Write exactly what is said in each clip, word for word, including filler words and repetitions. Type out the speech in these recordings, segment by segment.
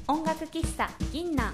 音楽喫茶銀南。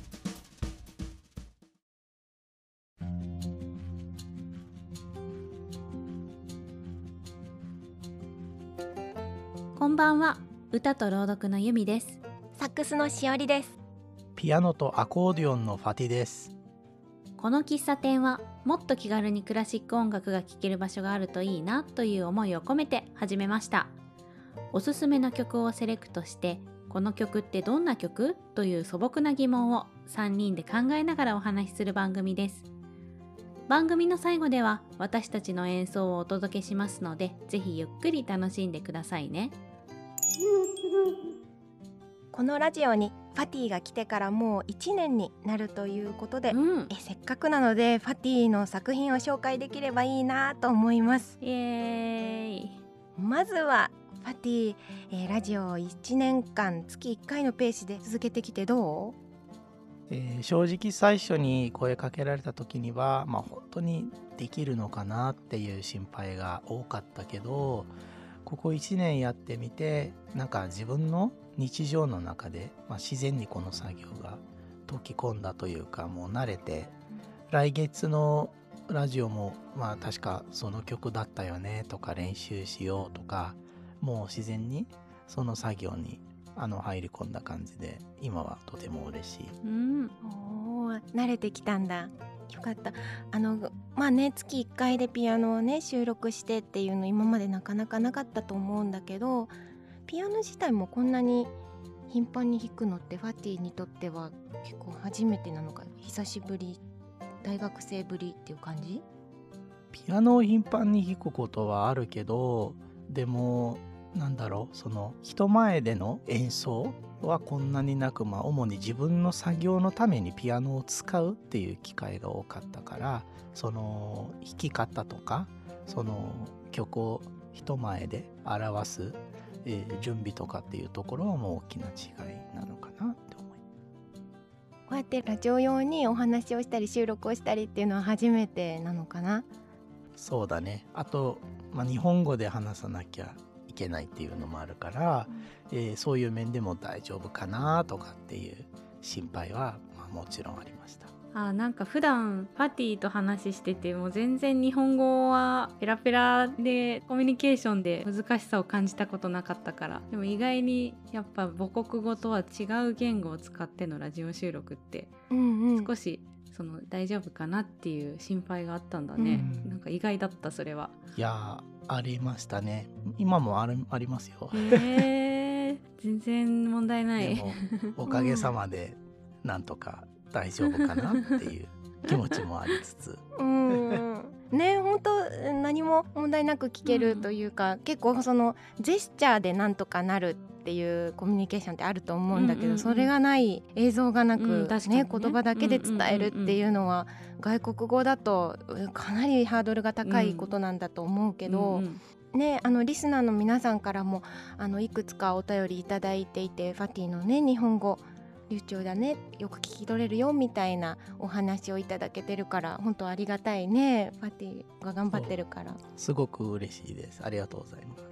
こんばんは。歌と朗読のゆみです。 サックスのしおりです。 ピアノとアコーディオンのファティです。 この喫茶店はもっと気軽にクラシック音楽が聴ける場所があるといいなという思いを込めて始めました。おすすめの曲をセレクトして、この曲ってどんな曲という素朴な疑問をさんにんで考えながらお話しする番組です。番組の最後では私たちの演奏をお届けしますので、ぜひゆっくり楽しんでくださいね。 このラジオにファティが来てからもういちねんになるということで、 うん、 えせっかくなのでファティの作品を紹介できればいいなと思います。 イエーイ。 まずはファティ、えー、ラジオをいちねんかん月いっかいのペースで続けてきてどう？ えー、正直最初に声かけられた時には、まあ、本当にできるのかなっていう心配が多かったけど、ここいちねんやってみて、なんか自分の日常の中で、まあ、自然にこの作業が溶き込んだというか、もう慣れて、来月のラジオもまあ確かその曲だったよねとか練習しようとか、もう自然にその作業にあの入り込んだ感じで、今はとても嬉しい。 うん、 おー、慣れてきたんだ。よかった。あのまあね、月いっかいでピアノをね収録してっていうの今までなかなかなかったと思うんだけど、ピアノ自体もこんなに頻繁に弾くのってファティにとっては結構初めてなのか、久しぶり、大学生ぶりっていう感じ？ ピアノを頻繁に弾くことはあるけど、でもなんだろう、その人前での演奏はこんなになく、まあ主に自分の作業のためにピアノを使うっていう機会が多かったから、その弾き方とかその曲を人前で表す、えー準備とかっていうところはもう大きな違いなのかなって思います。 こうやってラジオ用にお話をしたり収録をしたりっていうのは初めてなのかな？ そうだね。あと、まあ、日本語で話さなきゃいけないっていうのもあるから、えーそういう面でも大丈夫かなとかっていう心配は、まあ、もちろんありました。 あ、なんか普段パティと話してても全然日本語はペラペラでコミュニケーションで難しさを感じたことなかったから、でも意外にやっぱ母国語とは違う言語を使ってのラジオ収録ってうんうん、 少しその大丈夫かなっていう心配があったんだね、 うんなんか意外だった。それは。 いやー、ありましたね。今もあるありますよ。 へー全然問題ない。 でもおかげさまでなんとか大丈夫かなっていう気持ちもありつつうーんね、本当何も問題なく聞けるというか、うん、結構そのジェスチャーでなんとかなるっていうコミュニケーションってあると思うんだけど、うんうんうん、それがない、映像がなく、うんねね、言葉だけで伝えるっていうのは、うんうんうんうん、外国語だとかなりハードルが高いことなんだと思うけど、うんうんね、あのリスナーの皆さんからもあのいくつかお便りいただいていて、ファティのね日本語流暢だね、よく聞き取れるよみたいなお話をいただけてるから、本当ありがたいね。ファティが頑張ってるからすごく嬉しいです。ありがとうございます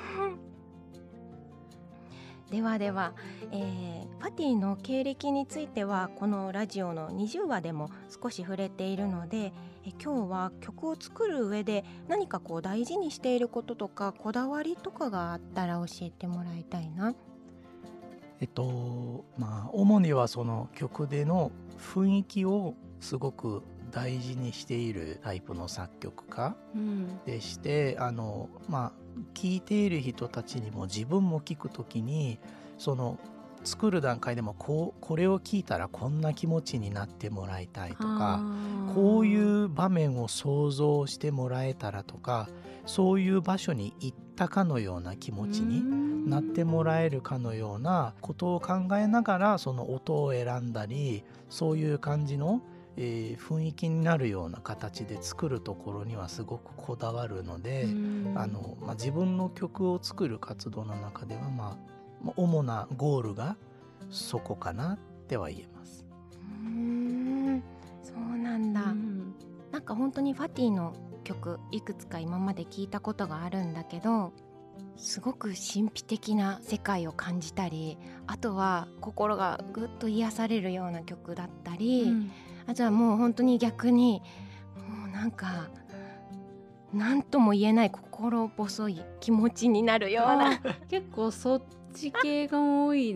ではでは、えー、ファティの経歴についてはこのラジオのにじゅうわでも少し触れているので、え今日は曲を作る上で何かこう大事にしていることとかこだわりとかがあったら教えてもらいたいな。 えっとまあ主にはその曲での雰囲気をすごく大事にしているタイプの作曲家でして、うん、あのまあ聴いている人たちにも自分も聴くときにその作る段階でもこうこれを聴いたらこんな気持ちになってもらいたいとか、こういう場面を想像してもらえたらとか、そういう場所に行ったかのような気持ちになってもらえるかのようなことを考えながら、その音を選んだり、そういう感じの、えー、雰囲気になるような形で作るところにはすごくこだわるので、あの、まあ、自分の曲を作る活動の中では、まあ、主なゴールがそこかなっては言えます。 うーん、そうなんだ。んなんか本当にファティの曲いくつか今まで聞いたことがあるんだけど、 すごく神秘的な世界を感じたり、あとは心がぐっと癒されるような曲だったり、うん、あとはもう本当に逆にもうなんか何とも言えない心細い気持ちになるような結構そっち系が多い、うん、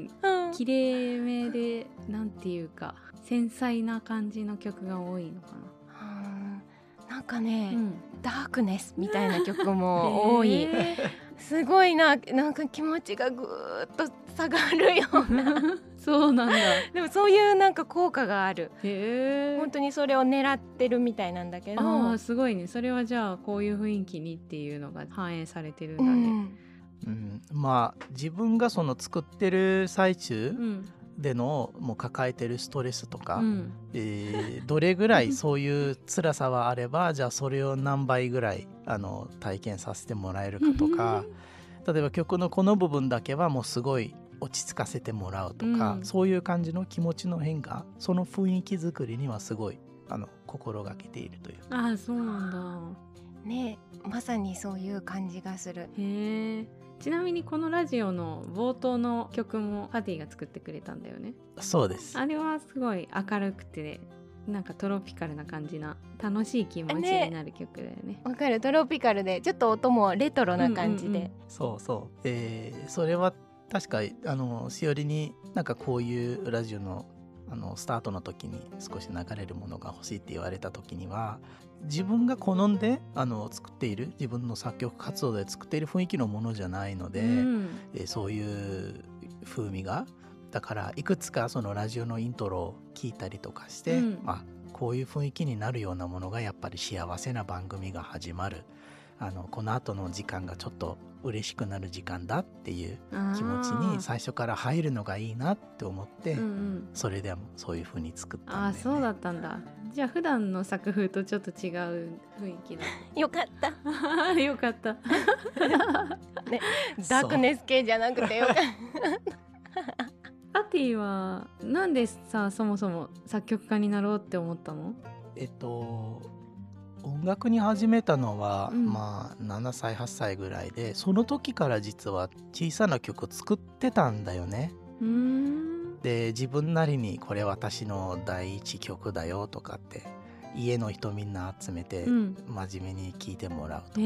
綺麗めでなんていうか繊細な感じの曲が多いのかな。 うん、なんかね、うん、ダークネスみたいな曲も多いすごいな、なんか気持ちがぐーっと下がるようなそうなんだ。 でもそういうなんか効果がある。 へー、 本当にそれを狙ってるみたいなんだけど。 あー、すごいね。それはじゃあこういう雰囲気にっていうのが反映されてるんだね。 うんうん、まあ自分がその作ってる最中でのもう抱えてるストレスとか、うん、えー、どれぐらいそういう辛さはあればじゃあそれを何倍ぐらいあの体験させてもらえるかとか例えば曲のこの部分だけはもうすごい落ち着かせてもらうとか、うん、そういう感じの気持ちの変化、その雰囲気作りにはすごいあの心がけているという。 ああ、そうなんだね。まさにそういう感じがする。 へえ。ちなみにこのラジオの冒頭の曲もパティが作ってくれたんだよね。 そうです。 あれはすごい明るくてなんかトロピカルな感じな楽しい気持ちになる曲だよね。 わかる、トロピカルでちょっと音もレトロな感じで、うんうんうん、 そうそう、えー、それは確かあのしおりになんかこういうラジオのあのスタートの時に少し流れるものが欲しいって言われた時には自分が好んであの作っている自分の作曲活動で作っている雰囲気のものじゃないので、うん、えそういう風味がだからいくつかそのラジオのイントロを聞いたりとかして、うん、あこういう雰囲気になるようなものがやっぱり幸せな番組が始まる、あのこの後の時間がちょっと嬉しくなる時間だっていう気持ちに最初から入るのがいいなって思って、うんうん、それでもそういう風に作ったんだよね。 あ、そうだったんだ。じゃあ普段の作風とちょっと違う雰囲気だよかったよかった、ね、 ダークネス系じゃなくてよかったパティはなんでさそもそも作曲家になろうって思ったの？ えっと音楽に始めたのは、うん、まあななさいはっさいぐらいで、その時から実は小さな曲を作ってたんだよね。うーんで自分なりにこれ私の第一曲だよとかって家の人みんな集めて真面目に聴いてもらうとか、うん、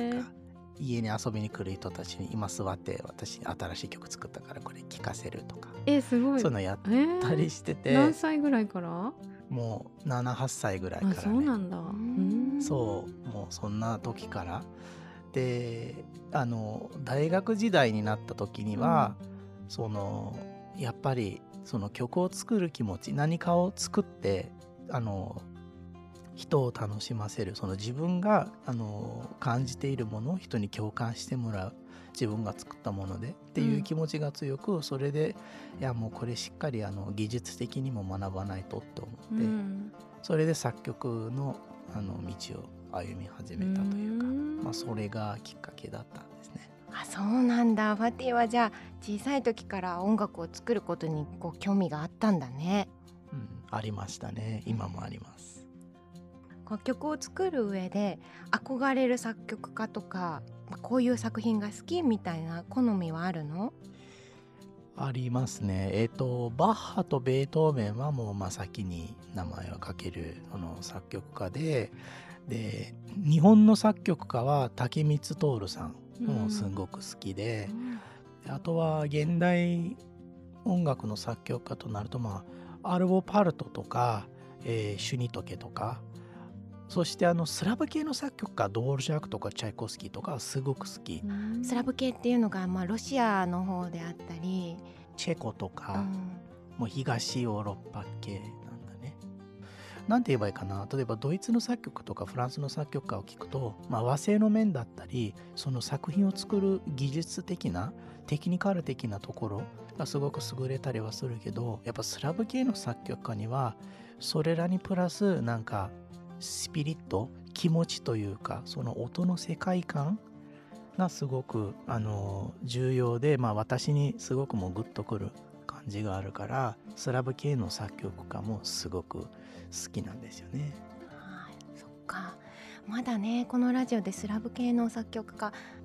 なんか家に遊びに来る人たちに今座って私新しい曲作ったからこれ聴かせるとか、 えすごいそういうのやったりしてて、 何歳ぐらいから？ もうななはっさいぐらいからね。 あ、そうなんだ。 そうもうそんな時からで、あの大学時代になった時には、うん、そのやっぱりその曲を作る気持ち、何かを作ってあの人を楽しませる、その自分があの感じているものを人に共感してもらう、自分が作ったものでっていう気持ちが強く、うん、それでいやもうこれしっかりあの技術的にも学ばないとって思って、うん、それで作曲のあの道を歩み始めたというか、まあ、それがきっかけだったんですね。 あ、そうなんだ。ファティはじゃあ小さい時から音楽を作ることにこう興味があったんだね。 うん、ありましたね。今もあります。 こう曲を作る上で憧れる作曲家とか、こういう作品が好きみたいな好みはあるの？ ありますね。えっとバッハとベートーベンはもう真っ先に名前をかけるあの作曲家で、で日本の作曲家は竹光徹さんもすごく好きで、うん、あとは現代音楽の作曲家となると、まあアルボ・パルトとか、えー、シュニトケとか、そしてあのスラブ系の作曲家ドールジャークとかチャイコフスキーとかはすごく好き。 スラブ系っていうのが、まあ、ロシアの方であったりチェコとか、うん、もう東ヨーロッパ系なんだね。なんて言えばいいかな。例えばドイツの作曲とかフランスの作曲家を聞くと、まあ、和製の面だったりその作品を作る技術的なテクニカル的なところがすごく優れたりはするけど、やっぱスラブ系の作曲家にはそれらにプラスなんかスピリット、気持ちというかその音の世界観がすごくあの重要で、まあ、私にすごくもうグッとくる感じがあるから、スラブ系の作曲家もすごく好きなんですよね。 はい、そっか。まだねこのラジオでスラブ系の作曲家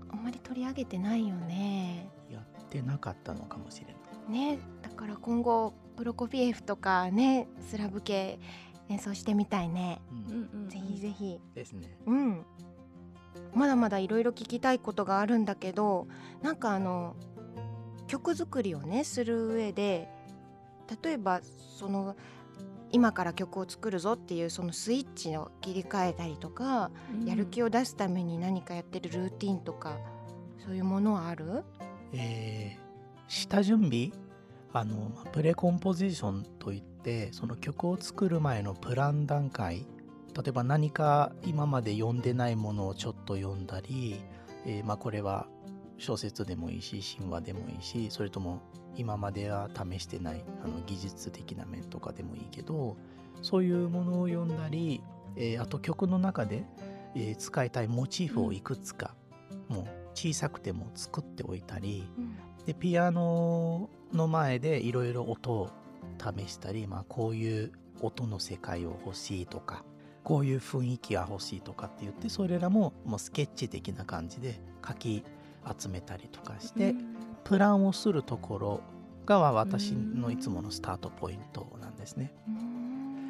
あんまり取り上げてないよね。 やってなかったのかもしれないね。だから今後プロコフィエフとかね、スラブ系演奏してみたいね、うんうん、ぜひぜひですね。 うん、まだまだいろいろ聞きたいことがあるんだけど、なんかあの曲作りをねする上で、例えばその今から曲を作るぞっていうそのスイッチを切り替えたりとか、うん、やる気を出すために何かやってるルーティンとかそういうものはある？ えー、下準備、あのプレコンポジションといってその曲を作る前のプラン段階、例えば何か今まで読んでないものをちょっと読んだり、えー、まあこれは小説でもいいし神話でもいいし、それとも今までは試してないあの技術的な面とかでもいいけど、そういうものを読んだり、えー、あと曲の中で、えー、使いたいモチーフをいくつか、うん、もう小さくても作っておいたり、うん、でピアノの前でいろいろ音を試したり、まあ、こういう音の世界を欲しいとか、こういう雰囲気が欲しいとかって言って、それらももうスケッチ的な感じで書き集めたりとかして、うん、プランをするところが私のいつものスタートポイントなんですね。うん、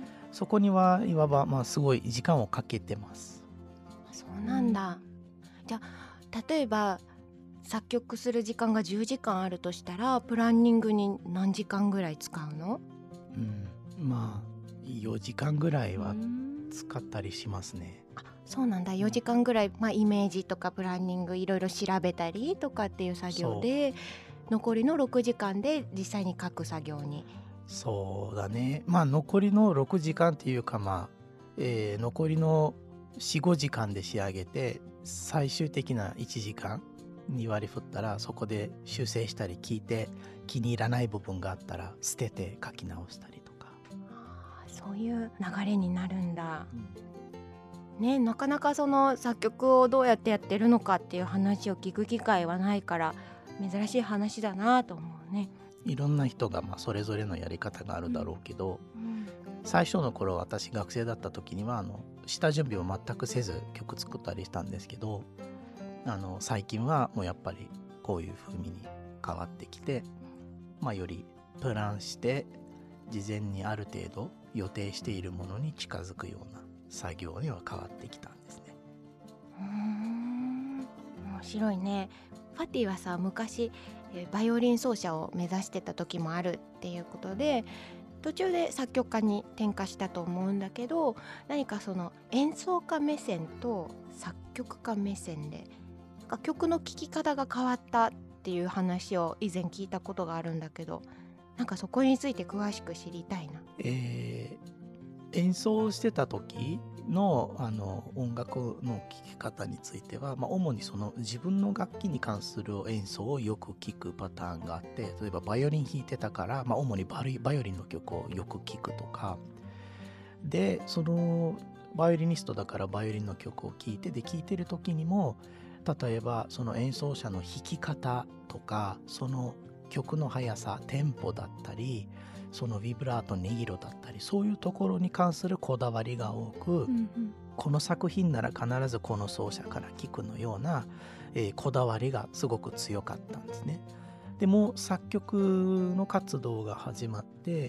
そこにはいわばまあすごい時間をかけてます。 そうなんだ。じゃあ例えば作曲する時間がじゅうじかんあるとしたら、プランニングに何時間ぐらい使うの？ うん、まあよじかんぐらいは使ったりしますね。 あ、そうなんだ。よじかんぐらい、まあ、イメージとかプランニングいろいろ調べたりとかっていう作業で、残りのろくじかんで実際に書く作業に。 そうだね。まあ残りのろくじかんっていうか、まあ、えー、残りの よん,ご 時間で仕上げて、最終的ないちじかんに割り振ったら、そこで修正したり聞いて気に入らない部分があったら捨てて書き直したりとか。 あ、そういう流れになるんだ、うん、ね。なかなかその作曲をどうやってやってるのかっていう話を聞く機会はないから珍しい話だなと思うね。 いろんな人がまあそれぞれのやり方があるだろうけど、うんうん、最初の頃私学生だった時にはあの下準備を全くせず曲作ったりしたんですけど、あの最近はもうやっぱりこういう風味に変わってきて、まあ、よりプランして事前にある程度予定しているものに近づくような作業には変わってきたんですね。 うーん、面白いね。ファティはさ、昔バイオリン奏者を目指してた時もあるっていうことで、途中で作曲家に転化したと思うんだけど、何かその演奏家目線と作曲家目線で曲の聴き方が変わったっていう話を以前聞いたことがあるんだけど、なんかそこについて詳しく知りたいな。 えー、演奏してた時の、あの音楽の聴き方については、まあ、主にその自分の楽器に関する演奏をよく聴くパターンがあって、例えばバイオリン弾いてたから、まあ、主にバイオリンの曲をよく聴くとかで、そのバイオリニストだからバイオリンの曲を聴いて、で聴いてる時にも例えばその演奏者の弾き方とか、その曲の速さ、テンポだったり、そのビブラート、音色だったり、そういうところに関するこだわりが多く、うんうん、この作品なら必ずこの奏者から聞くのような、えー、こだわりがすごく強かったんですね。でも作曲の活動が始まって、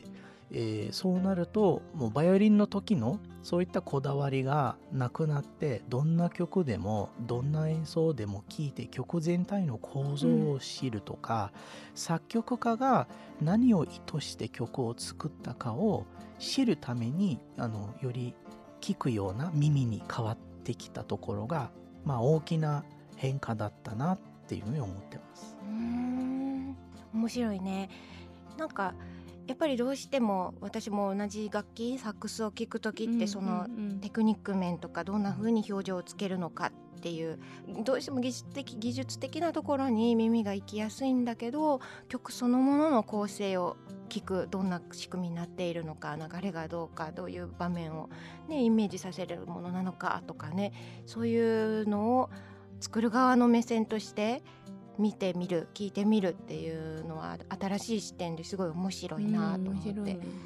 えー、そうなるともうバイオリンの時のそういったこだわりがなくなって、どんな曲でもどんな演奏でも聴いて曲全体の構造を知るとか、うん、作曲家が何を意図して曲を作ったかを知るためにあのより聴くような耳に変わってきたところが、まあ、大きな変化だったなっていうふうに思ってます。 うーん、面白いね。なんかやっぱりどうしても私も同じ楽器サックスを聴くときってそのテクニック面とかどんな風に表情をつけるのかっていうどうしても技術的、技術的なところに耳が行きやすいんだけど、曲そのものの構成を聴く、どんな仕組みになっているのか、流れがどうか、どういう場面を、ね、イメージさせるものなのかとかね、そういうのを作る側の目線として見てみる、聞いてみるっていうのは新しい視点ですごい面白いなと思って、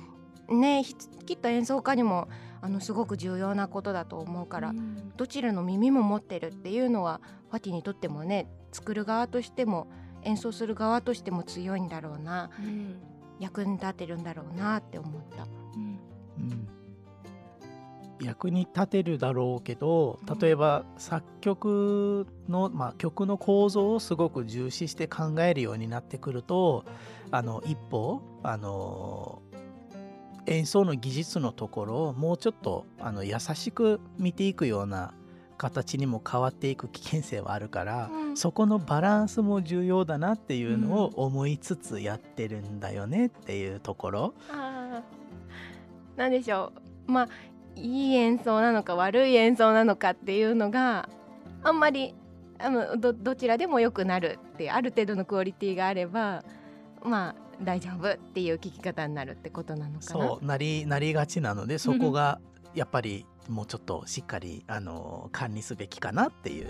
ねきっと演奏家にもあのすごく重要なことだと思うから、うん、どちらの耳も持ってるっていうのはファティにとってもね、作る側としても演奏する側としても強いんだろうな、うん、役に立ってるんだろうなって思った、うんうん、役に立てるだろうけど、例えば作曲の、まあ、曲の構造をすごく重視して考えるようになってくると、あの一歩あの演奏の技術のところをもうちょっとあの優しく見ていくような形にも変わっていく危険性はあるから、うん、そこのバランスも重要だなっていうのを思いつつやってるんだよねっていうところ、 うん、あなんでしょう、まあいい演奏なのか悪い演奏なのかっていうのがあんまりあの ど, どちらでも良くなるってある程度のクオリティがあればまあ大丈夫っていう聞き方になるってことなのかな。 そうなり、なりがちなので、そこがやっぱりもうちょっとしっかりあの管理すべきかなっていう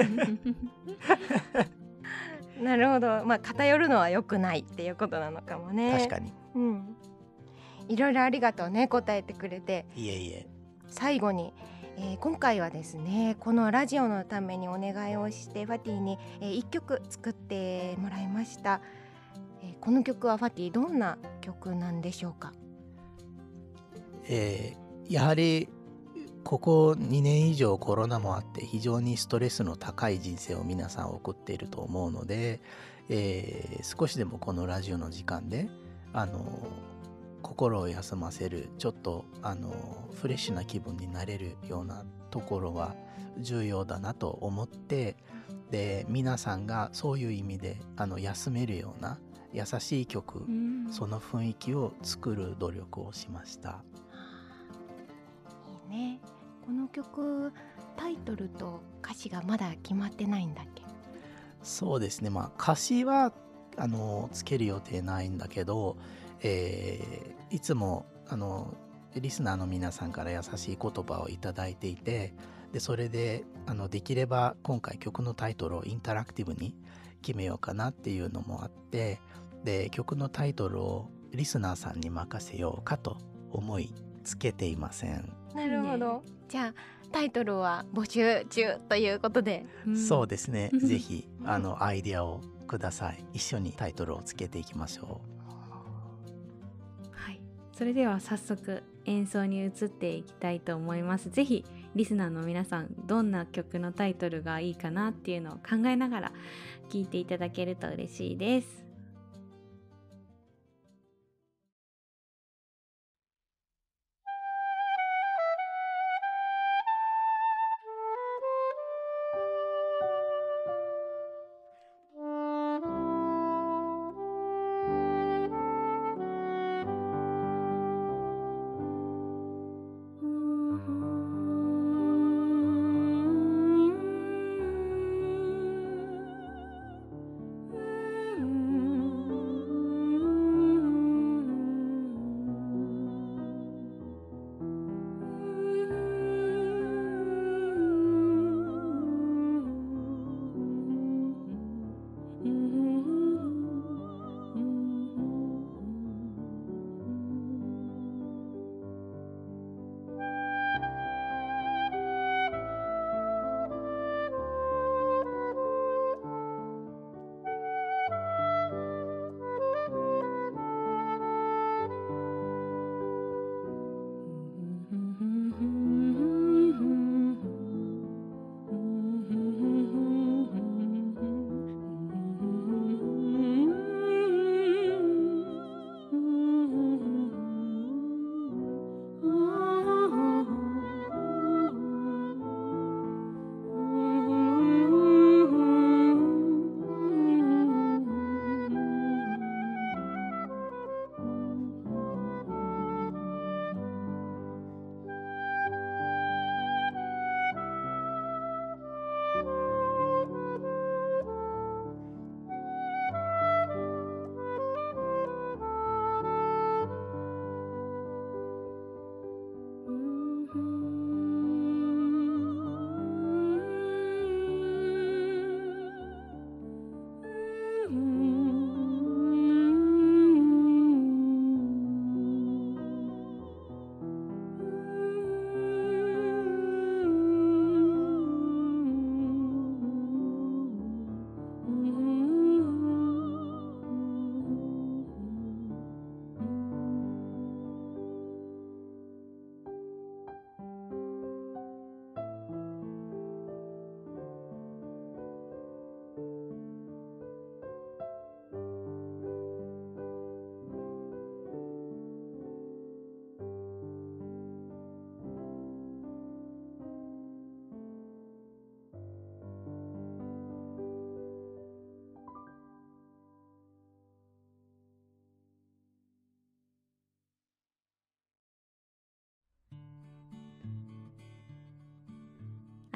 なるほど、まあ偏るのは良くないっていうことなのかもね。 確かに、 うん、いろいろありがとうね、答えてくれて。 いえいえ。 最後に、えー、今回はですね、このラジオのためにお願いをしてファティに、えー、いっきょく作ってもらいました。えー、この曲はファティどんな曲なんでしょうか？ えー、やはりここにねん以上コロナもあって非常にストレスの高い人生を皆さん送っていると思うので、えー、少しでもこのラジオの時間であの心を休ませる、ちょっとあのフレッシュな気分になれるようなところは重要だなと思って、で皆さんがそういう意味であの休めるような優しい曲、うん、その雰囲気を作る努力をしました。 いいね。この曲タイトルと歌詞がまだ決まってないんだっけ？ そうですね、まあ歌詞はあのつける予定ないんだけど、えー、いつもあのリスナーの皆さんから優しい言葉をいただいていて、でそれであのできれば今回曲のタイトルをインタラクティブに決めようかなっていうのもあって、で曲のタイトルをリスナーさんに任せようかと思いつけていません。 なるほど、ね、じゃあタイトルは募集中ということで、 うん、そうですねぜひあのアイデアをください。一緒にタイトルをつけていきましょう。はい、それでは早速演奏に移っていきたいと思います。ぜひリスナーの皆さんどんな曲のタイトルがいいかなっていうのを考えながら聴いていただけると嬉しいです。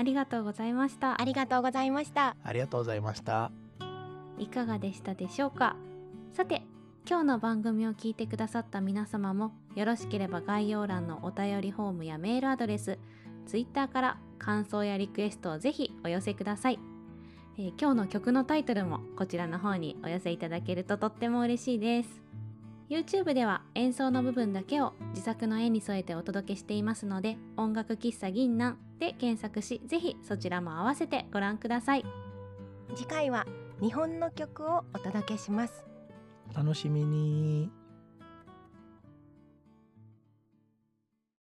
りがとうございました。 ありがとうございました。 ありがとうございました。 いかがでしたでしょうか。さて、今日の番組を聞いてくださった皆様もよろしければ概要欄のお便りフォームやメールアドレス、ツイッターから感想やリクエストをぜひお寄せください。えー、今日の曲のタイトルもこちらの方にお寄せいただけるととっても嬉しいです。 YouTube では演奏の部分だけを自作の絵に添えてお届けしていますので、音楽喫茶銀南で検索し、ぜひそちらも合わせてご覧ください。 次回は日本の曲をお届けします。 楽しみに。